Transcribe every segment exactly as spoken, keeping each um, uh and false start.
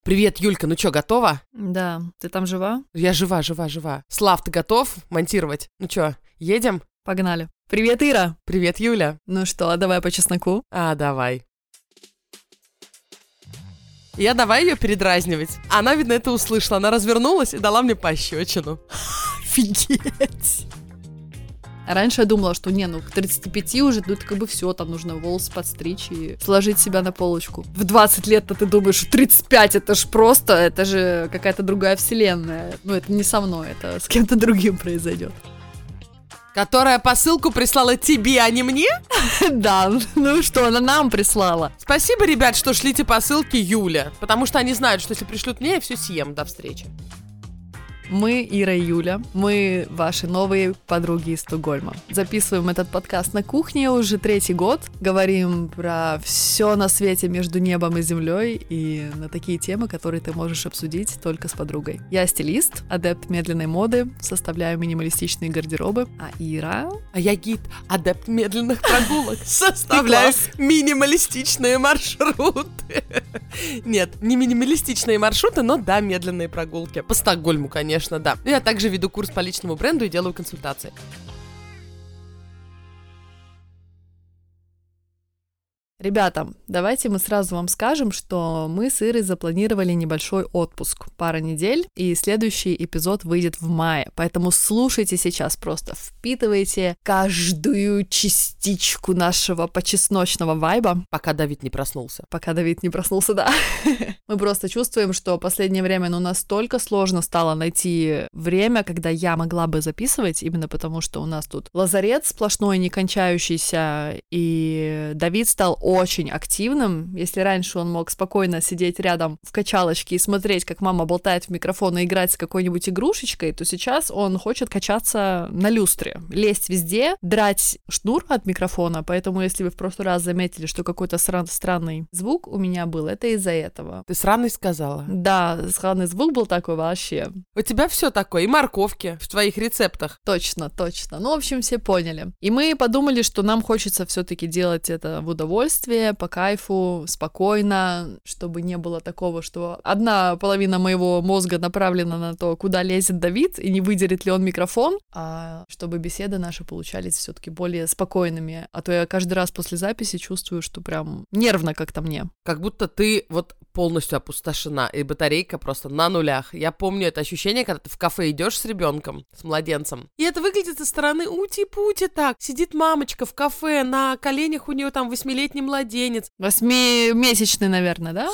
Привет, Юлька, ну чё, готова? Да, ты там жива? Я жива, жива, жива. Слав, ты готов монтировать? Ну чё, едем? Погнали. Привет, Ира! Привет, Юля. Ну что, давай по чесноку? А, давай. Я давай ее передразнивать. Она, видно, это услышала. Она развернулась и дала мне пощечину. Офигеть! Раньше я думала, что не, ну к тридцати пяти уже, ну это как бы все, там нужно волосы подстричь и сложить себя на полочку. В двадцать лет-то ты думаешь, что тридцать пять это ж просто, это же какая-то другая вселенная. Ну это не со мной, это с кем-то другим произойдет. Которая посылку прислала тебе, а не мне? Да, ну что, она нам прислала. Спасибо, ребят, что шлите посылки Юля, потому что они знают, что если пришлют мне, я все съем. До встречи. Мы, Ира и Юля, мы ваши новые подруги из Стокгольма. Записываем этот подкаст на кухне уже третий год. Говорим про все на свете между небом и землей и на такие темы, которые ты можешь обсудить только с подругой. Я стилист, адепт медленной моды, составляю минималистичные гардеробы, а Ира... А я гид, адепт медленных прогулок, составляю минималистичные маршруты. Нет, не минималистичные маршруты, но да, медленные прогулки. По Стокгольму, конечно. Да. Я также веду курс по личному бренду и делаю консультации. Ребята, давайте мы сразу вам скажем, что мы с Ирой запланировали небольшой отпуск, пара недель, и следующий эпизод выйдет в мае, поэтому слушайте сейчас просто, впитывайте каждую частичку нашего почесночного вайба. Пока Давид не проснулся. Пока Давид не проснулся, да. Мы просто чувствуем, что последнее время, ну, настолько сложно стало найти время, когда я могла бы записывать, именно потому что у нас тут лазарет сплошной, не кончающийся, и Давид стал очень активным. Если раньше он мог спокойно сидеть рядом в качалочке и смотреть, как мама болтает в микрофон и играть с какой-нибудь игрушечкой, то сейчас он хочет качаться на люстре, лезть везде, драть шнур от микрофона, поэтому если вы в прошлый раз заметили, что какой-то сран- странный звук у меня был, это из-за этого. Ты сраный сказала? Да, сраный звук был такой вообще. У тебя все такое, и морковки в твоих рецептах. Точно, точно. Ну, в общем, все поняли. И мы подумали, что нам хочется все-таки делать это в удовольствие, по кайфу, спокойно, чтобы не было такого, что одна половина моего мозга направлена на то, куда лезет Давид, и не выдерет ли он микрофон, а чтобы беседы наши получались все-таки более спокойными. А то я каждый раз после записи чувствую, что прям нервно как-то мне. Как будто ты вот полностью опустошена, и батарейка просто на нулях. Я помню это ощущение, когда ты в кафе идешь с ребенком, с младенцем. И это выглядит со стороны ути-пути так. Сидит мамочка в кафе, на коленях у нее там восьмилетний младенец. Восьмимесячный, наверное, да?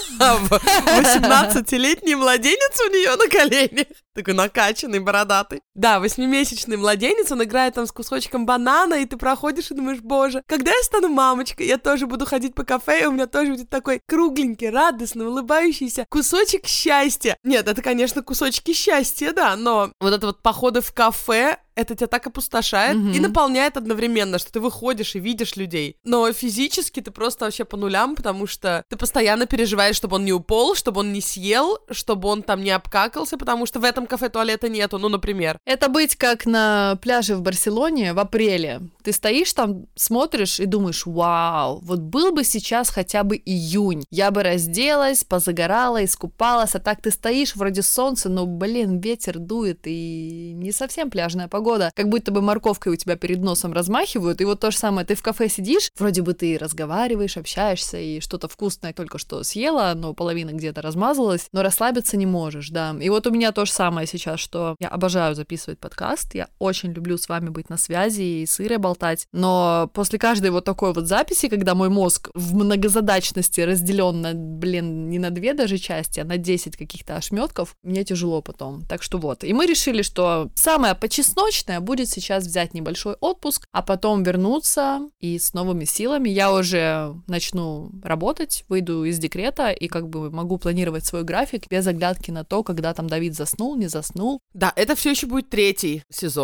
восемнадцатилетний младенец у нее на коленях. Такой накачанный, бородатый. Да, восьмимесячный младенец, он играет там с кусочком банана, и ты проходишь и думаешь, боже, когда я стану мамочкой, я тоже буду ходить по кафе, и у меня тоже будет такой кругленький, радостный, улыбающийся кусочек счастья. Нет, это, конечно, кусочки счастья, да, но вот это вот походы в кафе, это тебя так опустошает mm-hmm. и наполняет одновременно, что ты выходишь и видишь людей. Но физически ты просто вообще по нулям, потому что ты постоянно переживаешь, чтобы он не упал, чтобы он не съел, чтобы он там не обкакался, потому что в этом кафе туалета нету, ну, например. Это быть как на пляже в Барселоне в апреле. Ты стоишь там, смотришь и думаешь, вау, вот был бы сейчас хотя бы июнь. Я бы разделась, позагорала, искупалась, а так ты стоишь, вроде солнце, но, блин, ветер дует, и не совсем пляжная погода. Как будто бы морковкой у тебя перед носом размахивают, и вот то же самое, ты в кафе сидишь, вроде бы ты разговариваешь, общаешься, и что-то вкусное только что съела, но половина где-то размазалась, но расслабиться не можешь, да. И вот у меня то же самое сейчас, что я обожаю записывать подкаст, я очень люблю с вами быть на связи и с Ирой болтать, но после каждой вот такой вот записи, когда мой мозг в многозадачности разделен на, блин, не на две даже части, а на десять каких-то ошметков, мне тяжело потом. Так что вот. И мы решили, что самое почесночное будет сейчас взять небольшой отпуск, а потом вернуться и с новыми силами. Я уже начну работать, выйду из декрета и как бы могу планировать свой график без оглядки на то, когда там Давид заснул, не заснул. Да, это все еще будет третий сезон,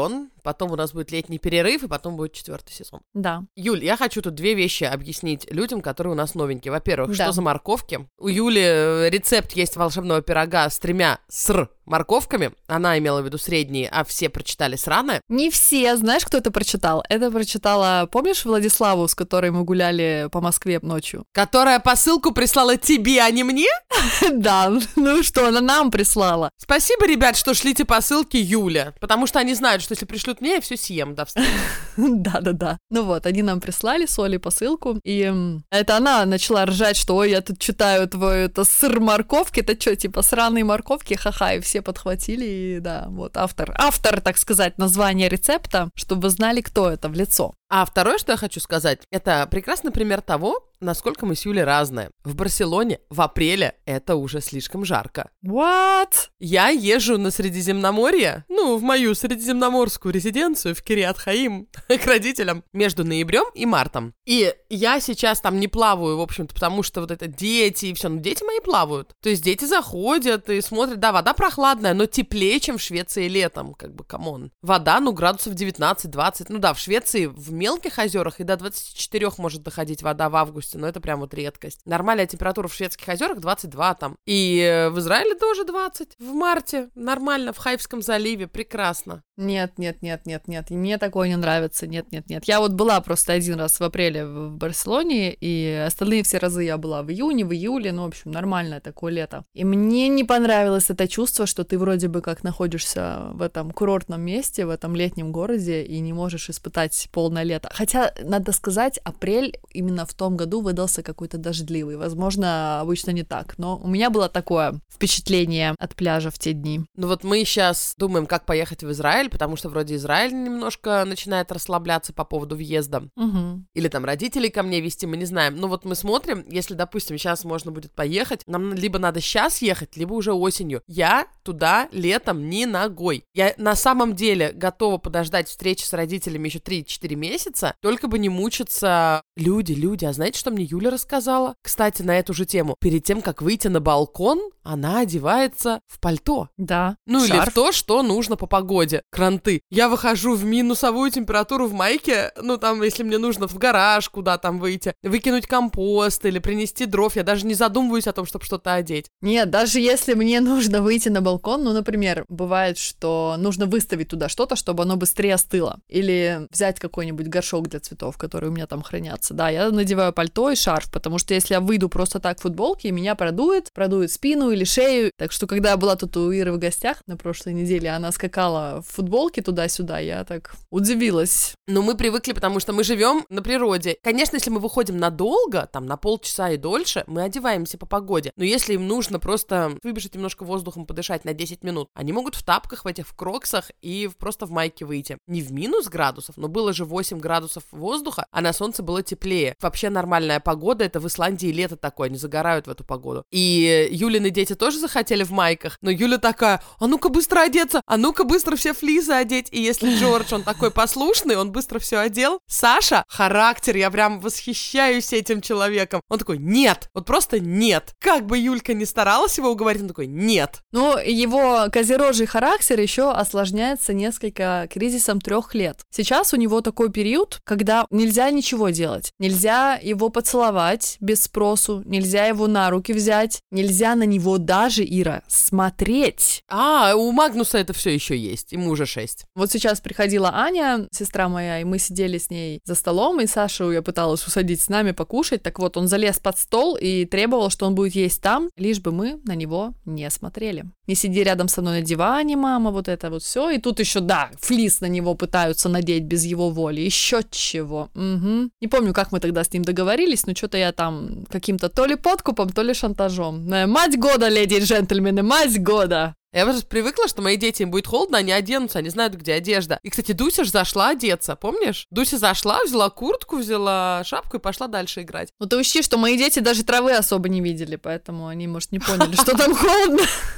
потом у нас будет летний перерыв, и потом будет четвертый сезон. Да. Юль, я хочу тут две вещи объяснить людям, которые у нас новенькие. Во-первых, Да. что за морковки? У Юли рецепт есть волшебного пирога с тремя ср морковками. Она имела в виду средние, а все прочитали сраное. Не все. Знаешь, кто это прочитал? Это прочитала, помнишь, Владиславу, с которой мы гуляли по Москве ночью? Которая посылку прислала тебе, а не мне? Да, ну что, она нам прислала. Спасибо, ребят, что шлите посылки Юле, потому что они знают, что если пришлют мне, я все съем до встречи. Да-да-да. Ну вот, они нам прислали с Олей посылку, и м, это она начала ржать, что ой, я тут читаю твой это сыр морковки, это что, типа сраные морковки, ха-ха, и все подхватили, и да, вот автор, автор, так сказать, названия рецепта, чтобы вы знали, кто это в лицо. А второе, что я хочу сказать, это прекрасный пример того, насколько мы с Юлей разные. В Барселоне в апреле это уже слишком жарко. What? Я езжу на Средиземноморье, ну, в мою средиземноморскую резиденцию в Кириат-Хаим к родителям между ноябрем и мартом. И я сейчас там не плаваю, в общем-то, потому что вот это дети и все. Ну, дети мои плавают. То есть дети заходят и смотрят, да, вода прохладная, но теплее, чем в Швеции летом, как бы, камон. Вода, ну, градусов девятнадцать-двадцать. Ну да, в Швеции в мелких озерах и до двадцати четырёх может доходить вода в августе, но это прям вот редкость. Нормальная температура в шведских озерах двадцать два там. И в Израиле тоже двадцать. В марте нормально, в Хайфском заливе, прекрасно. Нет, нет, нет, нет, нет, мне такое не нравится, нет, нет, нет. Я вот была просто один раз в апреле в Барселоне, и остальные все разы я была в июне, в июле, ну, в общем, нормальное такое лето. И мне не понравилось это чувство, что ты вроде бы как находишься в этом курортном месте, в этом летнем городе, и не можешь испытать полное лето. Хотя, надо сказать, апрель именно в том году выдался какой-то дождливый. Возможно, обычно не так, но у меня было такое впечатление от пляжа в те дни. Ну вот мы сейчас думаем, как поехать в Израиль, потому что вроде Израиль немножко начинает расслабляться по поводу въезда. Угу. Или там родителей ко мне везти, мы не знаем. Ну вот мы смотрим, если, допустим, сейчас можно будет поехать, нам либо надо сейчас ехать, либо уже осенью. Я туда летом ни ногой. Я на самом деле готова подождать встречи с родителями еще три-четыре месяца, только бы не мучиться. Люди, люди, а знаете, что мне Юля рассказала? Кстати, на эту же тему. Перед тем, как выйти на балкон, она одевается в пальто. Да. Ну шарф. Или в то, что нужно по погоде. Кранты. Я выхожу в минусовую температуру в майке, ну там, если мне нужно в гараж куда там выйти, выкинуть компост или принести дров, я даже не задумываюсь о том, чтобы что-то одеть. Нет, даже если мне нужно выйти на балкон, ну, например, бывает, что нужно выставить туда что-то, чтобы оно быстрее остыло. Или взять какой-нибудь горшок для цветов, который у меня там хранятся. Да, я надеваю пальто и шарф, потому что если я выйду просто так в футболке, меня продует, продует спину или шею. Так что, когда я была тут у Иры в гостях на прошлой неделе, она скакала в футболке туда-сюда, я так удивилась. Но мы привыкли, потому что мы живем на природе. Конечно, если мы выходим надолго, там на полчаса и дольше, мы одеваемся по погоде. Но если им нужно просто выбежать немножко воздухом, подышать на десять минут, они могут в тапках, в этих в кроксах и просто в майке выйти. Не в минус градусов, но было же восемь градусов воздуха, а на солнце было теплее. Вообще нормальная погода, это в Исландии лето такое, они загорают в эту погоду. И Юлины дети тоже захотели в майках, но Юля такая: а ну-ка быстро одеться, а ну-ка быстро все флисы одеть. И если Джордж, он такой послушный, он быстро все одел. Саша, характер, я прям восхищаюсь этим человеком. Он такой: нет, вот просто нет. Как бы Юлька ни старалась его уговорить, он такой: нет. Ну, его козерожий характер еще осложняется несколько кризисом трех лет. Сейчас у него такой период, когда нельзя ничего делать. Нельзя его поцеловать без спросу, нельзя его на руки взять, нельзя на него даже, Ира, смотреть. А, у Магнуса это все еще есть, ему уже шесть. Вот сейчас приходила Аня, сестра моя, и мы сидели с ней за столом, и Сашу я пыталась усадить с нами покушать. Так вот, он залез под стол и требовал, что он будет есть там, лишь бы мы на него не смотрели. Не сиди рядом со мной на диване, мама, вот это вот все. И тут еще, да, флис на него пытаются надеть без его воли. Еще чего. Угу. Не помню, как мы тогда с ним договорились, но что-то я там каким-то то ли подкупом, то ли шантажом. Мать года, леди и джентльмены, мать года! Я просто привыкла, что мои дети, им будет холодно, они оденутся, они знают, где одежда. И, кстати, Дуся ж зашла одеться, помнишь? Дуся зашла, взяла куртку, взяла шапку и пошла дальше играть. Ну ты учти, что мои дети даже травы особо не видели, поэтому они, может, не поняли, что там холодно.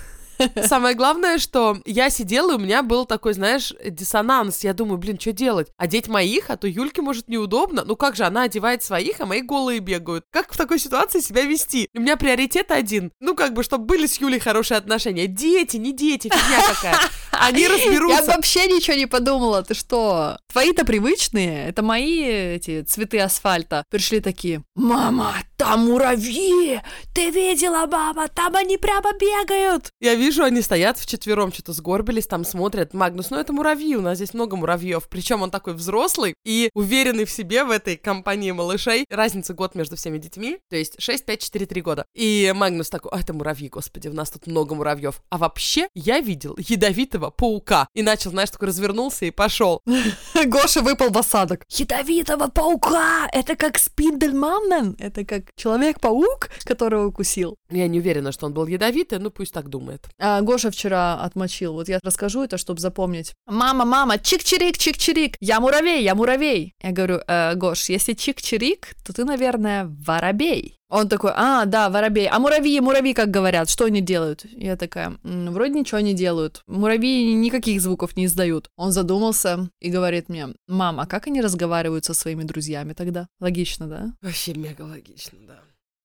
Самое главное, что я сидела, и у меня был такой, знаешь, диссонанс. Я думаю, блин, что делать? Одеть моих, а то Юльке, может, неудобно. Ну как же, она одевает своих, а мои голые бегают. Как в такой ситуации себя вести? У меня приоритет один. Ну как бы, чтобы были с Юлей хорошие отношения. Дети, не дети, фигня какая. Они разберутся. Я вообще ничего не подумала, ты что? Твои-то привычные, это мои эти цветы асфальта. Пришли такие: мама, там муравьи! Ты видела, мама? Там они прямо бегают! Я вижу, они стоят вчетвером, что-то сгорбились, там смотрят. Магнус, ну это муравьи, у нас здесь много муравьев. Причем он такой взрослый и уверенный в себе в этой компании малышей. Разница год между всеми детьми, то есть шесть, пять, четыре, три года. И Магнус такой: а это муравьи, господи, у нас тут много муравьев. А вообще я видел ядовитого паука. И начал, знаешь, такой развернулся и пошел. Гоша выпал в осадок. Ядовитого паука! Это как Спиндельманнен? Это как Человек-паук, которого укусил? Я не уверена, что он был ядовитый, ну пусть так думает. А Гоша вчера отмочил. Вот я расскажу это, чтобы запомнить. Мама, мама, чик-чирик, чик-чирик. Я муравей, я муравей. Я говорю: э, Гош, если чик-чирик, то ты, наверное, воробей. Он такой: а, да, воробей. А муравьи, муравьи как говорят? Что они делают? Я такая: М, вроде ничего не делают. Муравьи никаких звуков не издают. Он задумался и говорит мне: мам, а как они разговаривают со своими друзьями тогда? Логично, да? Вообще мега логично, да.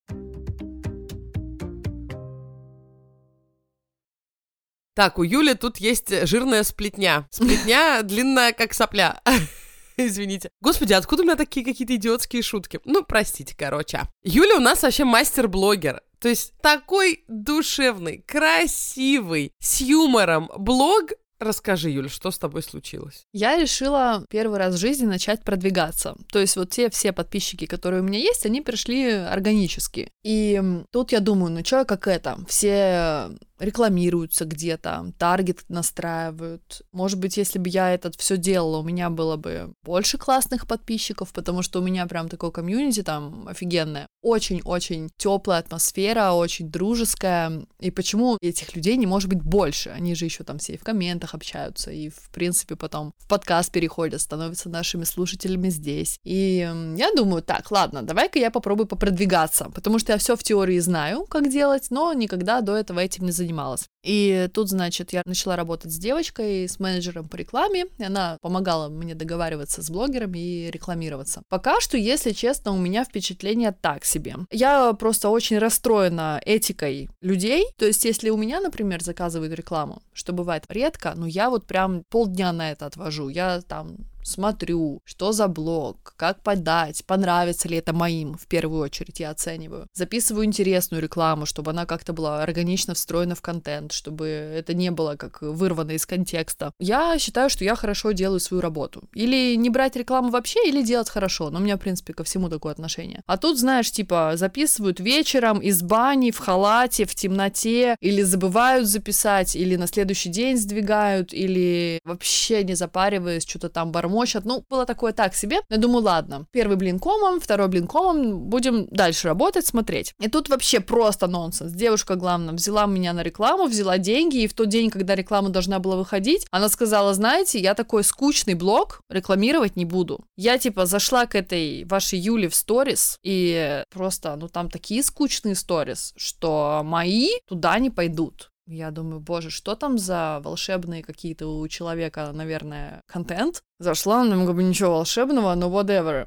Так, у Юли тут есть жирная сплетня. Сплетня длинная, как сопля. Извините. Господи, откуда у меня такие какие-то идиотские шутки? Ну, простите, короче. Юля у нас вообще мастер-блогер. То есть такой душевный, красивый, с юмором блог. Расскажи, Юля, что с тобой случилось? Я решила первый раз в жизни начать продвигаться. То есть вот те все подписчики, которые у меня есть, они пришли органически. И тут я думаю, ну чё, как это? Все рекламируются где-то, таргет настраивают. Может быть, если бы я это все делала, у меня было бы больше классных подписчиков, потому что у меня прям такое комьюнити там офигенное. Очень-очень теплая атмосфера, очень дружеская. И почему этих людей не может быть больше? Они же еще там все и в комментах общаются, и, в принципе, потом в подкаст переходят, становятся нашими слушателями здесь. И я думаю: так, ладно, давай-ка я попробую попродвигаться, потому что я все в теории знаю, как делать, но никогда до этого этим не занималась. И тут, значит, я начала работать с девочкой, с менеджером по рекламе, и она помогала мне договариваться с блогерами и рекламироваться. Пока что, если честно, у меня впечатление так себе. Я просто очень расстроена этикой людей. То есть, если у меня, например, заказывают рекламу, что бывает редко, но я вот прям полдня на это отвожу. Я там смотрю, что за блог, как подать, понравится ли это моим, в первую очередь я оцениваю. Записываю интересную рекламу, чтобы она как-то была органично встроена в контент, чтобы это не было как вырвано из контекста. Я считаю, что я хорошо делаю свою работу. Или не брать рекламу вообще, или делать хорошо. Но у меня, в принципе, ко всему такое отношение. А тут, знаешь, типа, записывают вечером из бани, в халате, в темноте, или забывают записать, или на следующий день сдвигают, или вообще не запариваясь, что-то там бормочут. Ну, было такое так себе. Я думаю, ладно, первый блин комом, второй блин комом, будем дальше работать, смотреть. И тут вообще просто нонсенс. Девушка, главное, взяла меня на рекламу, взяла деньги, и в тот день, когда реклама должна была выходить, она сказала: знаете, я такой скучный блог рекламировать не буду. Я, типа, зашла к этой вашей Юле в сторис, и просто, ну, там такие скучные сторис, что мои туда не пойдут. Я думаю, боже, что там за волшебные какие-то у человека, наверное, контент? Зашла, ну, как бы ничего волшебного, но whatever.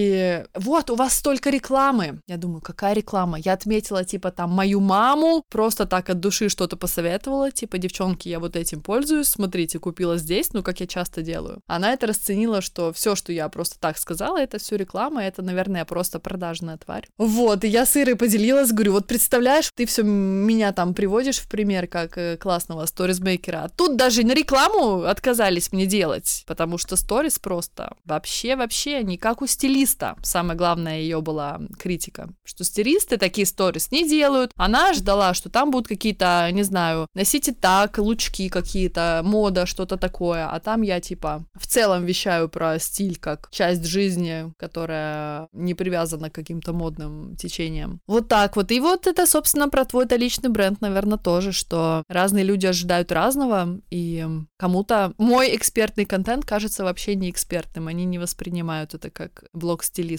И вот, у вас столько рекламы. Я думаю, какая реклама? Я отметила, типа, там, мою маму, просто так от души что-то посоветовала, типа, девчонки, я вот этим пользуюсь, смотрите, купила здесь, ну, как я часто делаю. Она это расценила, что все, что я просто так сказала, это все реклама, это, наверное, просто продажная тварь. Вот, и я с Ирой поделилась, говорю: вот представляешь, ты все меня там приводишь в пример как классного сторисмейкера, а тут даже на рекламу отказались мне делать, потому что сторис просто вообще-вообще не как у стилиста. Самое главное ее была критика, что стилисты такие сторис не делают. Она ждала, что там будут какие-то, не знаю, носите так, лучки какие-то, мода, что-то такое, а там я типа в целом вещаю про стиль как часть жизни, которая не привязана к каким-то модным течениям. Вот так вот. И вот это, собственно, про твой-то личный бренд, наверное, тоже, что разные люди ожидают разного, и кому-то мой экспертный контент кажется вообще не экспертным, они не воспринимают это как блог стилиста.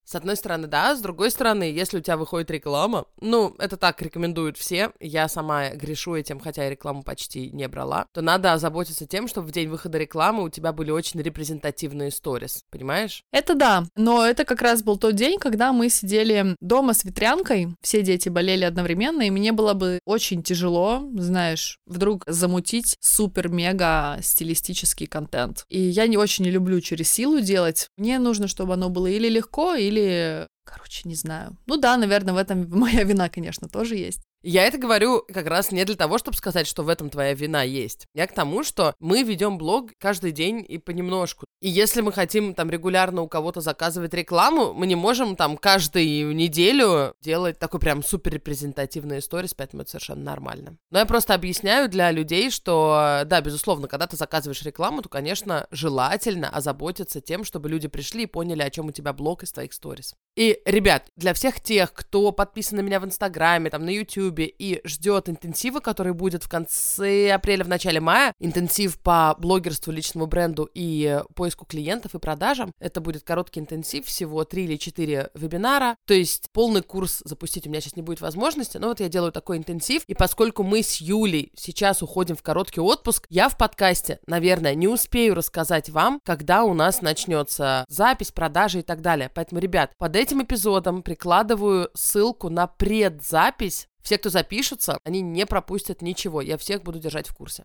С одной стороны, да, с другой стороны, если у тебя выходит реклама, ну, это так рекомендуют все, я сама грешу этим, хотя я рекламу почти не брала, то надо озаботиться тем, чтобы в день выхода рекламы у тебя были очень репрезентативные сторис, понимаешь? Это да, но это как раз был тот день, когда мы сидели дома с ветрянкой, все дети болели одновременно, и мне было бы очень тяжело, знаешь, вдруг замутить супер-мега стилистический контент. И я не очень не люблю через силу делать, мне нужно, чтобы оно было или легко, или Или, короче, не знаю. Ну да, наверное, в этом моя вина, конечно, тоже есть. Я это говорю как раз не для того, чтобы сказать, что в этом твоя вина есть. Я к тому, что мы ведем блог каждый день и понемножку. И если мы хотим там регулярно у кого-то заказывать рекламу, мы не можем там каждую неделю делать такой прям супер репрезентативный сторис, поэтому это совершенно нормально. Но я просто объясняю для людей, что да, безусловно, когда ты заказываешь рекламу, то, конечно, желательно озаботиться тем, чтобы люди пришли и поняли, о чем у тебя блог из твоих сторис. И, ребят, для всех тех, кто подписан на меня в Инстаграме, там, на Ютубе, и ждет интенсива, который будет в конце апреля, в начале мая, интенсив по блогерству, личному бренду и поиску клиентов и продажам. Это будет короткий интенсив, всего три или четыре вебинара, то есть полный курс запустить у меня сейчас не будет возможности, но вот я делаю такой интенсив, и поскольку мы с Юлей сейчас уходим в короткий отпуск, я в подкасте, наверное, не успею рассказать вам, когда у нас начнется запись, продажи и так далее. Поэтому, ребят, под этим эпизодом прикладываю ссылку на предзапись. Все, кто запишутся, они не пропустят ничего. Я всех буду держать в курсе.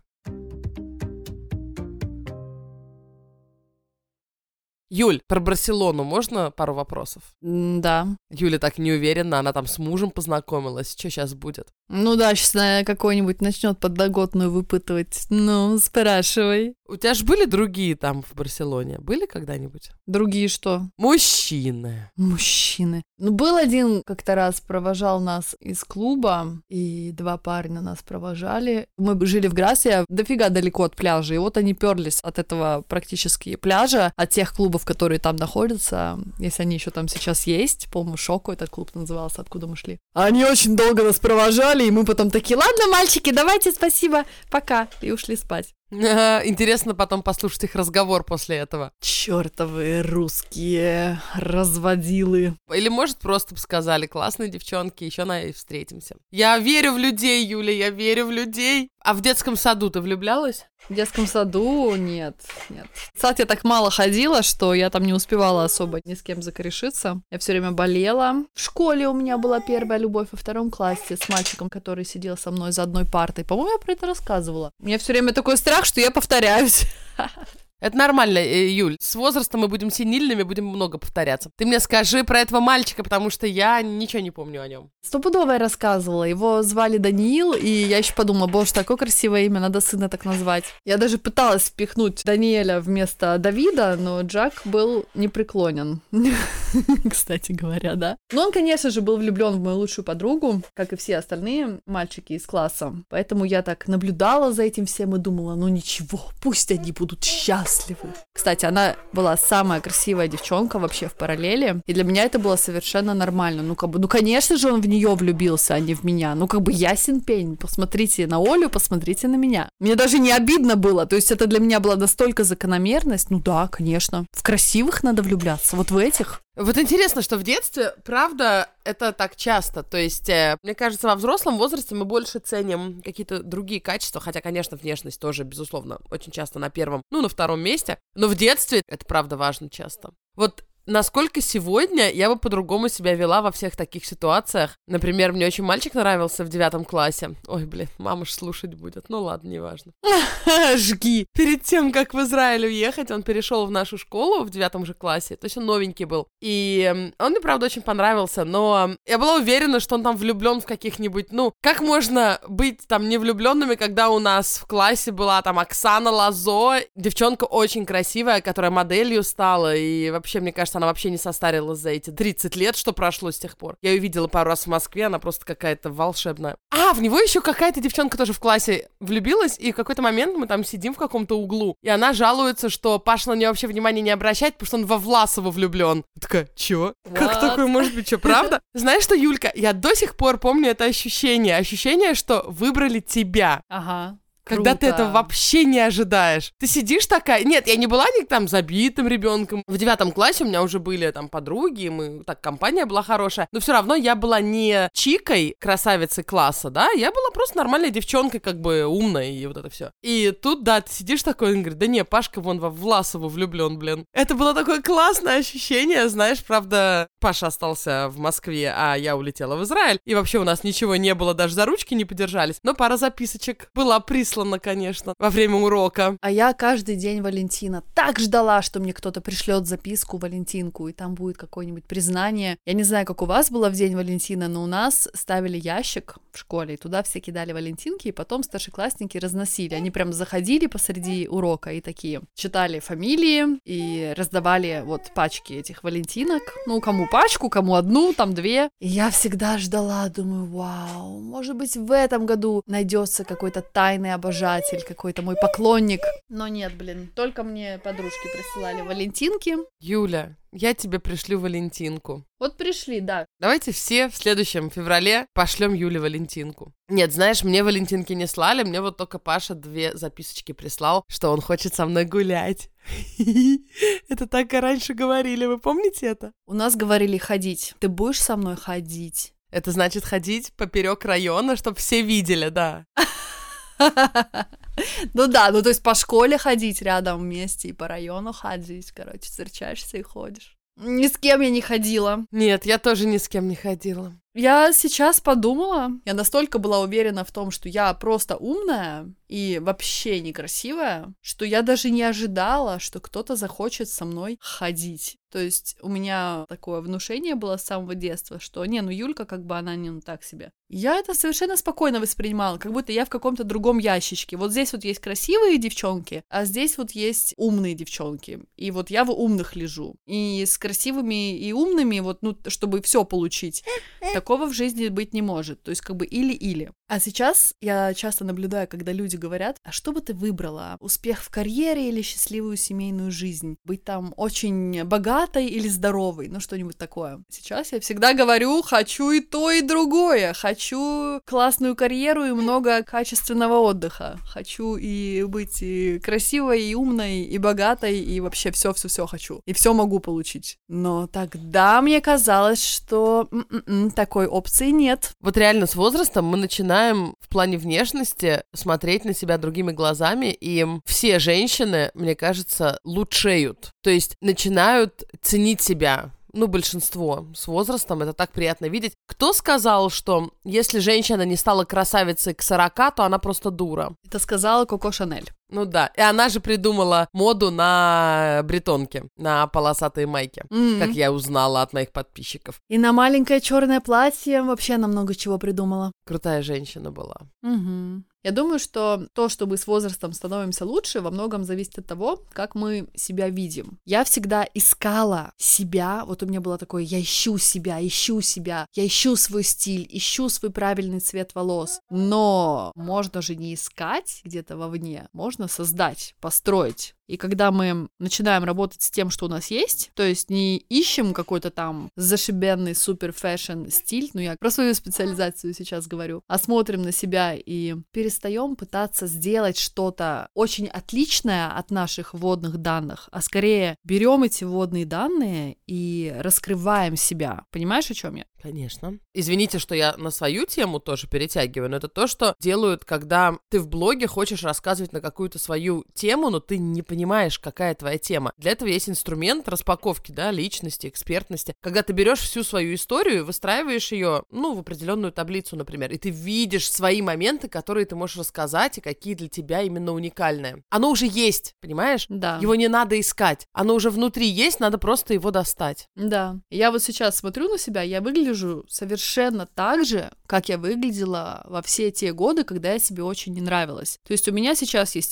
Юль, про Барселону можно пару вопросов? М, Да. Юля так не уверена, она там с мужем познакомилась. Что сейчас будет? Ну да, сейчас, наверное, какой-нибудь начнет подноготную выпытывать. Ну, спрашивай. У тебя же были другие там в Барселоне? Были когда-нибудь? Другие что? Мужчины. Мужчины. Ну, был один как-то раз, провожал нас из клуба, и два парня нас провожали. Мы жили в Грасе, дофига далеко от пляжа, и вот они перлись от этого практически пляжа, от тех клубов, которые там находятся, если они еще там сейчас есть. По-моему, Шоку этот клуб назывался, откуда мы шли. Они очень долго нас провожали, и мы потом такие: ладно, мальчики, давайте, спасибо, пока, и ушли спать. Интересно потом послушать их разговор после этого. Чёртовы русские разводилы. Или, может, просто бы сказали: классные девчонки, еще на и встретимся. Я верю в людей, Юля, я верю в людей. А в детском саду ты влюблялась? В детском саду нет, нет. В сад я так мало ходила, что я там не успевала особо ни с кем закорешиться. Я все время болела. В школе у меня была первая любовь во втором классе с мальчиком, который сидел со мной за одной партой. По-моему, я про это рассказывала. У меня все время такой страх, что я повторяюсь. Это нормально, Юль. С возрастом мы будем синильными, будем много повторяться. Ты мне скажи про этого мальчика, потому что я ничего не помню о нем. Стопудово я рассказывала. Его звали Даниил, и я еще подумала: боже, такое красивое имя, надо сына так назвать. Я даже пыталась впихнуть Даниэля вместо Давида, но Джак был непреклонен. Кстати говоря, да. Но он, конечно же, был влюблен в мою лучшую подругу, как и все остальные мальчики из класса. Поэтому я так наблюдала за этим всем и думала: ну ничего, пусть они будут счастливы. Кстати, она была самая красивая девчонка вообще в параллели, и для меня это было совершенно нормально. Ну, как бы, ну, конечно же, он в нее влюбился, а не в меня. Ну, как бы ясен пень. Посмотрите на Олю, посмотрите на меня. Мне даже не обидно было, то есть это для меня была настолько закономерность. Ну да, конечно. В красивых надо влюбляться, вот в этих. Вот интересно, что в детстве, правда, это так часто. То есть, э, мне кажется, во взрослом возрасте мы больше ценим какие-то другие качества, хотя, конечно, внешность тоже, безусловно, очень часто на первом, ну, на втором месте. Но в детстве это, правда, важно часто. Вот насколько сегодня я бы по-другому себя вела во всех таких ситуациях. Например, мне очень мальчик нравился в девятом классе. Ой, блин, мама ж слушать будет. Ну ладно, неважно. Жги. Перед тем, как в Израиль уехать, он перешел в нашу школу в девятом же классе. То есть он новенький был. И он мне, правда, очень понравился. Но я была уверена, что он там влюблен в каких-нибудь... Ну, как можно быть там не влюбленными, когда у нас в классе была там Оксана Лазо, девчонка очень красивая, которая моделью стала. И вообще, мне кажется, она вообще не состарилась за эти тридцать лет, что прошло с тех пор. Я ее видела пару раз в Москве, она просто какая-то волшебная. А, в него еще какая-то девчонка тоже в классе влюбилась, и в какой-то момент мы там сидим в каком-то углу, и она жалуется, что Паша на нее вообще внимания не обращает, потому что он во Власова влюблен. Я такая: чё? What? Как такое может быть? Что, правда? Знаешь что, Юлька, я до сих пор помню это ощущение. Ощущение, что выбрали тебя. Ага. Когда Круто. ты этого вообще не ожидаешь. Ты сидишь такая... Нет, я не была ни там забитым ребенком. В девятом классе у меня уже были там подруги, мы... так, компания была хорошая. Но все равно я была не чикой, красавицей класса, да? Я была просто нормальной девчонкой, как бы умной и вот это все. И тут, да, ты сидишь такой, он говорит, да не, Пашка вон во Власову влюблен, блин. Это было такое классное ощущение, знаешь, правда, Паша остался в Москве, а я улетела в Израиль. И вообще у нас ничего не было, даже за ручки не подержались. Но пара записочек была прислана, конечно, во время урока. А я каждый день Валентина так ждала, что мне кто-то пришлет записку Валентинку, и там будет какое-нибудь признание. Я не знаю, как у вас было в день Валентина, но у нас ставили ящик в школе, и туда все кидали валентинки, и потом старшеклассники разносили. Они прям заходили посреди урока и такие читали фамилии и раздавали вот пачки этих валентинок. Ну, кому пачку, кому одну, там две. И я всегда ждала, думаю, вау, может быть, в этом году найдется какой-то тайный обожатель, какой-то мой поклонник. Но нет, блин, только мне подружки присылали валентинки. Юля, я тебе пришлю Валентинку. Вот пришли, да. Давайте все в следующем феврале пошлем Юле Валентинку. Нет, знаешь, мне Валентинки не слали, мне вот только Паша две записочки прислал, что он хочет со мной гулять. Это так и раньше говорили, вы помните это? У нас говорили ходить. Ты будешь со мной ходить? Это значит ходить поперек района, чтобы все видели, да. Ну да, ну то есть по школе ходить рядом вместе и по району ходить, короче, встречаешься и ходишь. Ни с кем я не ходила. Нет, я тоже ни с кем не ходила. Я сейчас подумала, я настолько была уверена в том, что я просто умная и вообще некрасивая, что я даже не ожидала, что кто-то захочет со мной ходить. То есть у меня такое внушение было с самого детства, что не, ну Юлька как бы она не ну, так себе. Я это совершенно спокойно воспринимала, как будто я в каком-то другом ящичке. Вот здесь вот есть красивые девчонки, а здесь вот есть умные девчонки. И вот я в умных лежу. И с красивыми и умными, вот, ну, чтобы все получить, такого в жизни быть не может. То есть как бы или-или. А сейчас я часто наблюдаю, когда люди говорят, а что бы ты выбрала? Успех в карьере или счастливую семейную жизнь? Быть там очень богатой или здоровой? Ну, что-нибудь такое. Сейчас я всегда говорю, хочу и то, и другое. Хочу классную карьеру и много качественного отдыха. Хочу и быть и красивой, и умной, и богатой, и вообще все-все-все хочу. И все могу получить. Но тогда мне казалось, что м-м-м, такой опции нет. Вот реально с возрастом мы начинаем в плане внешности смотреть на себя другими глазами, и все женщины, мне кажется, лучшеют. То есть начинают ценить себя. Ну, большинство с возрастом, это так приятно видеть. Кто сказал, что если женщина не стала красавицей к сорока, то она просто дура? Это сказала Коко Шанель. Ну да, и она же придумала моду на бретонки, на полосатые майки, mm-hmm. как я узнала от моих подписчиков. И на маленькое черное платье вообще она много чего придумала. Крутая женщина была. Mm-hmm. Я думаю, что то, что мы с возрастом становимся лучше, во многом зависит от того, как мы себя видим. Я всегда искала себя, вот у меня было такое, я ищу себя, ищу себя, я ищу свой стиль, ищу свой правильный цвет волос. Но можно же не искать где-то вовне, можно создать, построить. И когда мы начинаем работать с тем, что у нас есть, то есть не ищем какой-то там зашибенный супер-фэшн стиль, ну я про свою специализацию сейчас говорю, а смотрим на себя и перестаем пытаться сделать что-то очень отличное от наших вводных данных, а скорее берем эти вводные данные и раскрываем себя. Понимаешь, о чем я? Конечно. Извините, что я на свою тему тоже перетягиваю, но это то, что делают, когда ты в блоге хочешь рассказывать на какую-то свою тему, но ты не понимаешь, какая твоя тема. Для этого есть инструмент распаковки, да, личности, экспертности. Когда ты берешь всю свою историю и выстраиваешь ее, ну, в определенную таблицу, например, и ты видишь свои моменты, которые ты можешь рассказать, и какие для тебя именно уникальные. Оно уже есть, понимаешь? Да. Его не надо искать. Оно уже внутри есть, надо просто его достать. Да. Я вот сейчас смотрю на себя, я выгляжу совершенно так же, как я выглядела во все те годы, когда я себе очень не нравилась. То есть у меня сейчас есть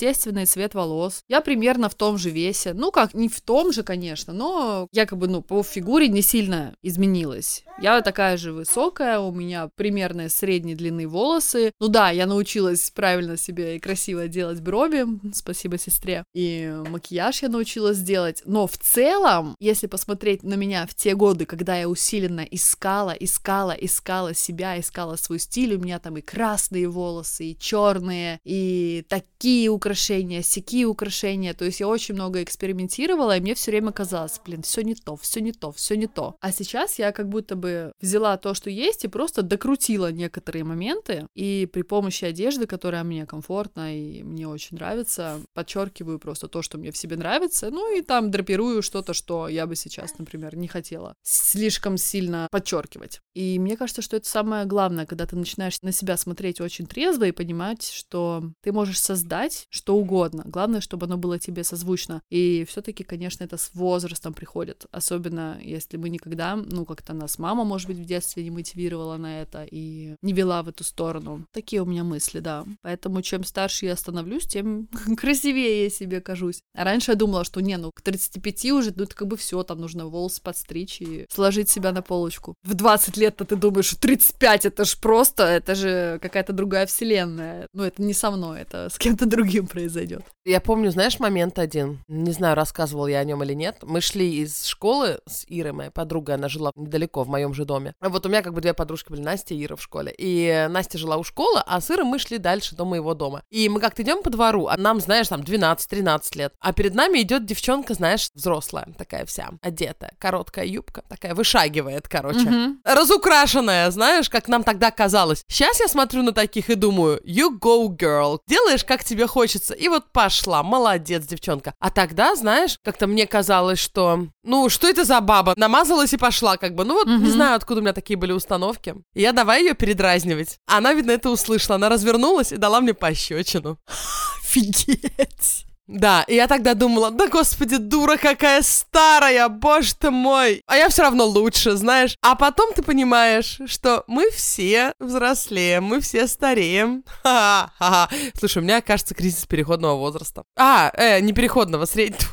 естественный цвет волос. Я примерно в том же весе. Ну как, не в том же, конечно, но я как бы, ну, по фигуре не сильно изменилась. Я такая же высокая, у меня примерно средней длины волосы. Ну да, я научилась правильно себе и красиво делать брови, спасибо сестре. И макияж я научилась делать. Но в целом, если посмотреть на меня в те годы, когда я усиленно искала, искала, искала себя, искала свой стиль, у меня там и красные волосы, и черные, и такие украшения, сякие украшения. То есть я очень много экспериментировала, и мне все время казалось, блин, все не то, все не то, все не то. А сейчас я как будто бы взяла то, что есть, и просто докрутила некоторые моменты, и при помощи одежды, которая мне комфортна и мне очень нравится, подчеркиваю просто то, что мне в себе нравится, ну и там драпирую что-то, что я бы сейчас, например, не хотела слишком сильно подчеркивать. И мне кажется, что это самое главное, когда ты начинаешь на себя смотреть очень трезво и понимать, что ты можешь создать что угодно. Главное, чтобы оно было тебе созвучно. И все-таки, конечно, это с возрастом приходит. Особенно, если мы никогда, ну, как-то нас мама, может быть, в детстве не мотивировала на это и не вела в эту сторону. Такие у меня мысли, да. Поэтому чем старше я становлюсь, тем красивее я себе кажусь. А раньше я думала, что не, ну, к тридцати пяти уже, ну, это как бы все, там нужно волосы подстричь и сложить себя на полочку. В двадцать лет-то ты думаешь, что тридцать пять это ж просто, это же какая-то другая вселенная. Ну, это не со мной, это с кем-то другим произойдет. Я помню, знаешь, момент один, не знаю, рассказывал я о нем или нет. Мы шли из школы с Ирой, моей подругой, она жила недалеко, в моем же доме. Вот у меня как бы две подружки были, Настя и Ира в школе. И Настя жила у школы, а с Ирой мы шли дальше до моего дома. И мы как-то идем по двору, а нам, знаешь, там двенадцать-тринадцать лет. А перед нами идет девчонка, знаешь, взрослая, такая вся, одетая, короткая юбка, такая вышагивает, короче. Mm-hmm. Разукрашенная, знаешь, как нам тогда казалось. Сейчас я смотрю на таких и думаю, you go, girl. Делаешь, как тебе хочется. И вот пошла, молодец, девчонка. А тогда, знаешь, как-то мне казалось, что, ну, что это за баба? Намазалась и пошла, как бы. Ну вот, mm-hmm. не знаю, откуда у меня такие были установки. И я давай ее передразнивать. А она, видно, это услышала. Она развернулась и дала мне пощечину. Офигеть! Да, и я тогда думала, да господи, дура какая старая, боже ты мой. А я все равно лучше, знаешь. А потом ты понимаешь, что мы все взрослеем, мы все стареем. Ха-ха-ха. Слушай, у меня, кажется, кризис переходного возраста. А, э, не переходного, среднего.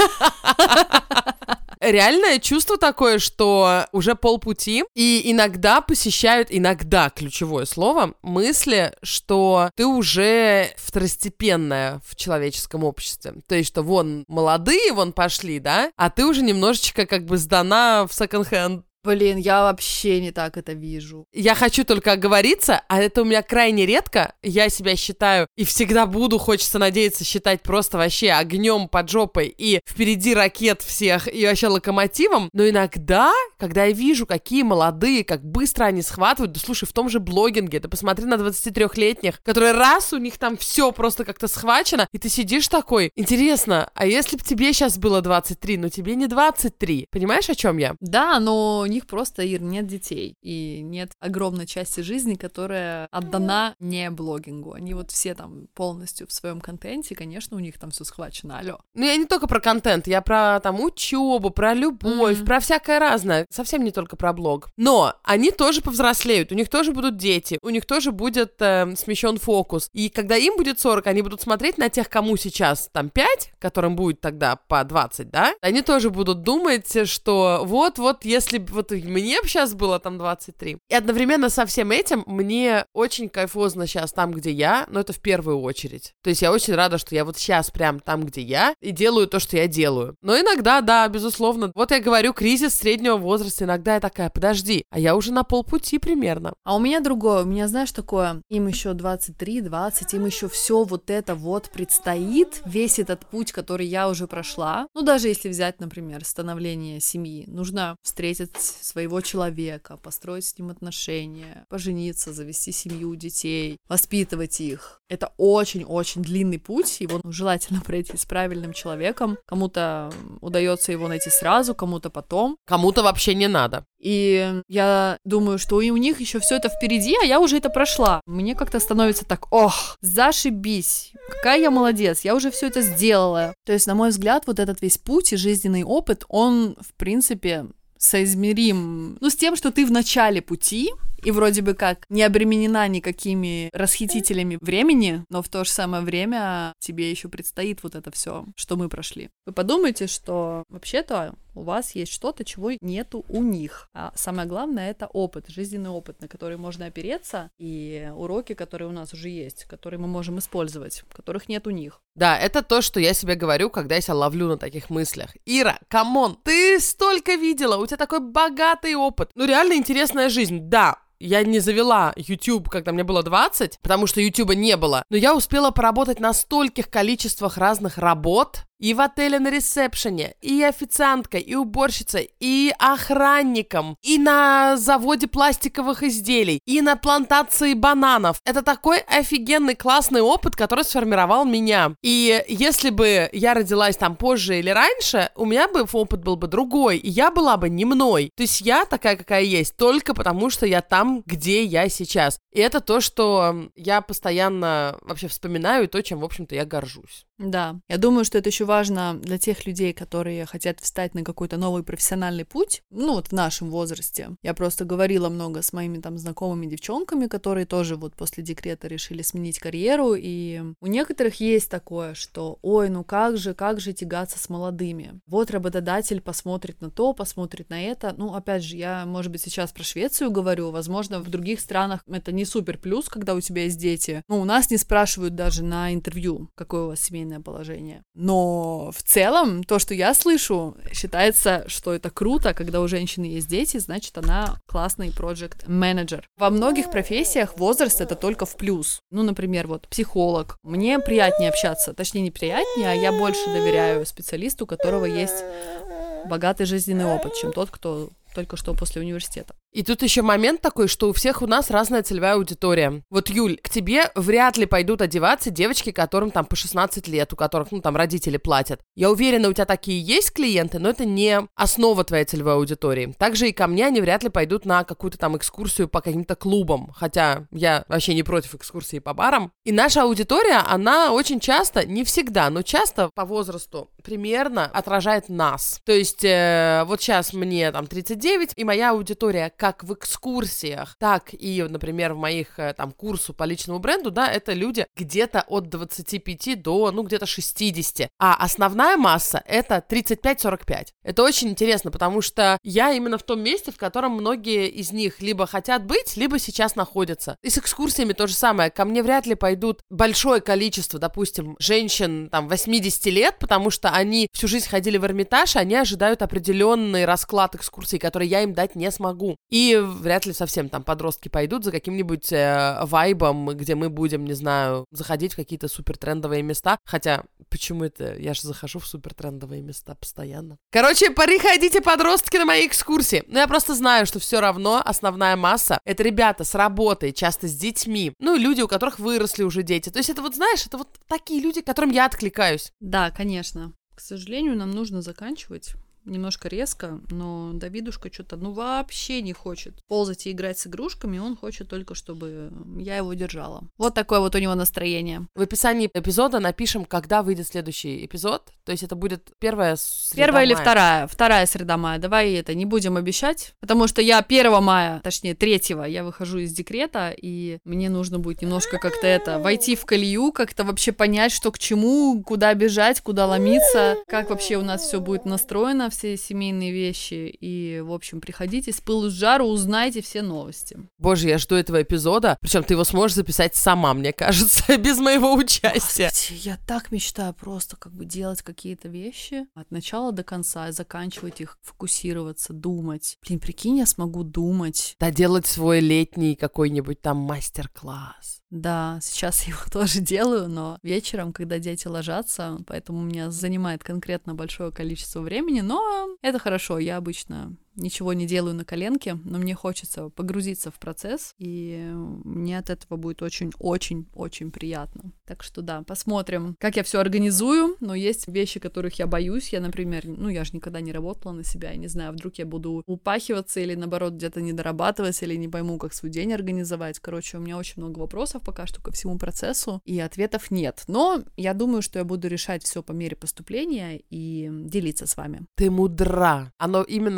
Реальное чувство такое, что уже полпути, и иногда посещают, иногда, ключевое слово, мысли, что ты уже второстепенная в человеческом обществе. То есть, что вон молодые, вон пошли, да, а ты уже немножечко как бы сдана в секонд-хенд. Блин, я вообще не так это вижу. Я хочу только оговориться, а это у меня крайне редко. Я себя считаю, и всегда буду, хочется надеяться, считать просто вообще огнем под жопой и впереди ракет всех, и вообще локомотивом. Но иногда, когда я вижу, какие молодые, как быстро они схватывают, да слушай, в том же блогинге, ты посмотри на двадцатитрёхлетних, которые раз у них там все просто как-то схвачено, и ты сидишь такой, интересно, а если бы тебе сейчас было двадцать три, но тебе не двадцать три, понимаешь, о чем я? Да, но у них просто, Ир, нет детей, и нет огромной части жизни, которая отдана не блогингу. Они вот все там полностью в своем контенте, конечно, у них там все схвачено, алло. Ну, я не только про контент, я про там учебу, про любовь, mm-hmm. про всякое разное, совсем не только про блог. Но они тоже повзрослеют, у них тоже будут дети, у них тоже будет э, смещен фокус. И когда им будет сорок, они будут смотреть на тех, кому сейчас там пять, которым будет тогда по двадцать, да? Они тоже будут думать, что вот-вот, если вот мне бы сейчас было там двадцать три. И одновременно со всем этим мне очень кайфозно сейчас там, где я, но это в первую очередь. То есть я очень рада, что я вот сейчас прям там, где я, и делаю то, что я делаю. Но иногда, да, безусловно. Вот я говорю, кризис среднего возраста. Иногда я такая, подожди, а я уже на полпути примерно. А у меня другое. У меня, знаешь, такое, им еще двадцать три двадцать, им еще все вот это вот предстоит, весь этот путь, который я уже прошла. Ну, даже если взять, например, становление семьи, нужно встретить своего человека, построить с ним отношения, пожениться, завести семью, детей, воспитывать их. Это очень-очень длинный путь, его желательно пройти с правильным человеком. Кому-то удается его найти сразу, кому-то потом. Кому-то вообще не надо. И я думаю, что и у них еще все это впереди, а я уже это прошла. Мне как-то становится так, ох, зашибись, какая я молодец, я уже все это сделала. То есть, на мой взгляд, вот этот весь путь и жизненный опыт, он, в принципе, соизмерим, ну, с тем, что ты в начале пути, и вроде бы как не обременена никакими расхитителями времени, но в то же самое время тебе еще предстоит вот это все, что мы прошли. Вы подумайте, что вообще-то у вас есть что-то, чего нету у них. А самое главное — это опыт, жизненный опыт, на который можно опереться, и уроки, которые у нас уже есть, которые мы можем использовать, которых нет у них. Да, это то, что я себе говорю, когда я себя ловлю на таких мыслях. Ира, камон, ты столько видела, у тебя такой богатый опыт. Ну, реально интересная жизнь, да. Я не завела YouTube, когда мне было двадцать, потому что Ютуба не было. Но я успела поработать на стольких количествах разных работ. И в отеле на ресепшене, и официанткой, и уборщицей, и охранником, и на заводе пластиковых изделий, и на плантации бананов. Это такой офигенный, классный опыт, который сформировал меня. И если бы я родилась там позже или раньше, у меня бы опыт был бы другой, и я была бы не мной. То есть я такая, какая есть, только потому что я там, где я сейчас. И это то, что я постоянно вообще вспоминаю, и то, чем, в общем-то, я горжусь. Да, я думаю, что это еще важно для тех людей, которые хотят встать на какой-то новый профессиональный путь, ну вот в нашем возрасте. Я просто говорила много с моими там знакомыми девчонками, которые тоже вот после декрета решили сменить карьеру, и у некоторых есть такое, что ой, ну как же, как же тягаться с молодыми. Вот работодатель посмотрит на то, посмотрит на это. Ну, опять же, я, может быть, сейчас про Швецию говорю, возможно, в других странах это не супер плюс, когда у тебя есть дети. Ну, у нас не спрашивают даже на интервью, какое у вас семейное положение. Но в целом, то, что я слышу, считается, что это круто, когда у женщины есть дети, значит, она классный проект-менеджер. Во многих профессиях возраст — это только в плюс. Ну, например, вот психолог. Мне приятнее общаться, точнее, не приятнее, а я больше доверяю специалисту, у которого есть богатый жизненный опыт, чем тот, кто только что после университета. И тут еще момент такой, что у всех у нас разная целевая аудитория. Вот, Юль, к тебе вряд ли пойдут одеваться девочки, которым там по шестнадцать лет, у которых, ну, там, родители платят. Я уверена, у тебя такие есть клиенты, но это не основа твоей целевой аудитории. Также и ко мне они вряд ли пойдут на какую-то там экскурсию по каким-то клубам, хотя я вообще не против экскурсий по барам. И наша аудитория, она очень часто, не всегда, но часто по возрасту примерно отражает нас. То есть э, вот сейчас мне там тридцать девять, и моя аудитория как в экскурсиях, так и, например, в моих там курсу по личному бренду, да, это люди где-то от двадцати пяти до, ну, где-то шестидесяти. А основная масса — это тридцать пять сорок пять. Это очень интересно, потому что я именно в том месте, в котором многие из них либо хотят быть, либо сейчас находятся. И с экскурсиями то же самое. Ко мне вряд ли пойдут большое количество, допустим, женщин там восьмидесяти лет, потому что они всю жизнь ходили в Эрмитаж, они ожидают определенный расклад экскурсий, который я им дать не смогу. И вряд ли совсем там подростки пойдут за каким-нибудь э, вайбом, где мы будем, не знаю, заходить в какие-то супертрендовые места. Хотя, почему это? Я же захожу в супертрендовые места постоянно. Короче, приходите, подростки, на мои экскурсии. Но я просто знаю, что все равно основная масса — это ребята с работой, часто с детьми. Ну, и люди, у которых выросли уже дети. То есть это вот, знаешь, это вот такие люди, к которым я откликаюсь. Да, конечно. К сожалению, нам нужно заканчивать. Немножко резко, но Давидушка что-то, ну, вообще не хочет ползать и играть с игрушками, он хочет только, чтобы я его держала. Вот такое вот у него настроение. В описании эпизода напишем, когда выйдет следующий эпизод, то есть это будет первая среда Первая мая. Или вторая? Вторая среда мая. Давай это не будем обещать, потому что я первого мая, точнее третьего, я выхожу из декрета, и мне нужно будет немножко как-то это, войти в колею, как-то вообще понять, что к чему, куда бежать, куда ломиться, как вообще у нас все будет настроено, все семейные вещи, и, в общем, приходите с пылу с жару, узнайте все новости. Bоже, я жду этого эпизода, причем ты его сможешь записать сама, мне кажется, без моего участия. Господи, я так мечтаю просто как бы делать какие-то вещи от начала до конца, заканчивать их, фокусироваться, думать. Блин, прикинь, я смогу думать. Да, делать свой летний какой-нибудь там мастер-класс. Да, сейчас я его тоже делаю, но вечером, когда дети ложатся, поэтому у меня занимает конкретно большое количество времени, но это хорошо, я обычно ничего не делаю на коленке, но мне хочется погрузиться в процесс, и мне от этого будет очень-очень-очень приятно. Так что да, посмотрим, как я все организую, но есть вещи, которых я боюсь. Я, например, ну я же никогда не работала на себя, я не знаю, вдруг я буду упахиваться или, наоборот, где-то не дорабатывать, или не пойму, как свой день организовать. Короче, у меня очень много вопросов пока что ко всему процессу, и ответов нет. Но я думаю, что я буду решать все по мере поступления и делиться с вами. Ты мудра. Оно именно так и будет.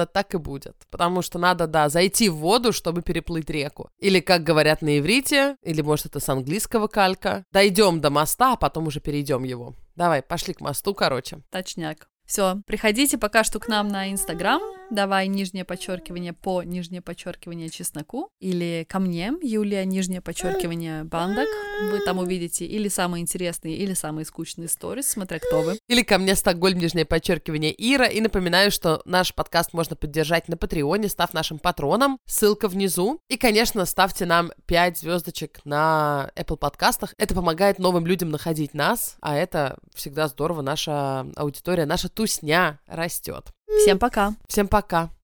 будет. Потому что надо, да, зайти в воду, чтобы переплыть реку. Или, как говорят на иврите, или, может, это с английского калька. Дойдем до моста, а потом уже перейдем его. Давай, пошли к мосту, короче. Точняк. Все, приходите пока что к нам на Инстаграм, давай нижнее подчеркивание по нижнее подчеркивание чесноку, или ко мне, Юлия, нижнее подчеркивание бандок, вы там увидите или самые интересные, или самые скучные сторис, смотря кто вы. Или ко мне, Стокгольм, нижнее подчеркивание Ира, и напоминаю, что наш подкаст можно поддержать на Патреоне, став нашим патроном, ссылка внизу, и, конечно, ставьте нам пять звездочек на Apple подкастах, это помогает новым людям находить нас, а это всегда здорово, наша аудитория, наша тусня растет. Всем пока. Всем пока.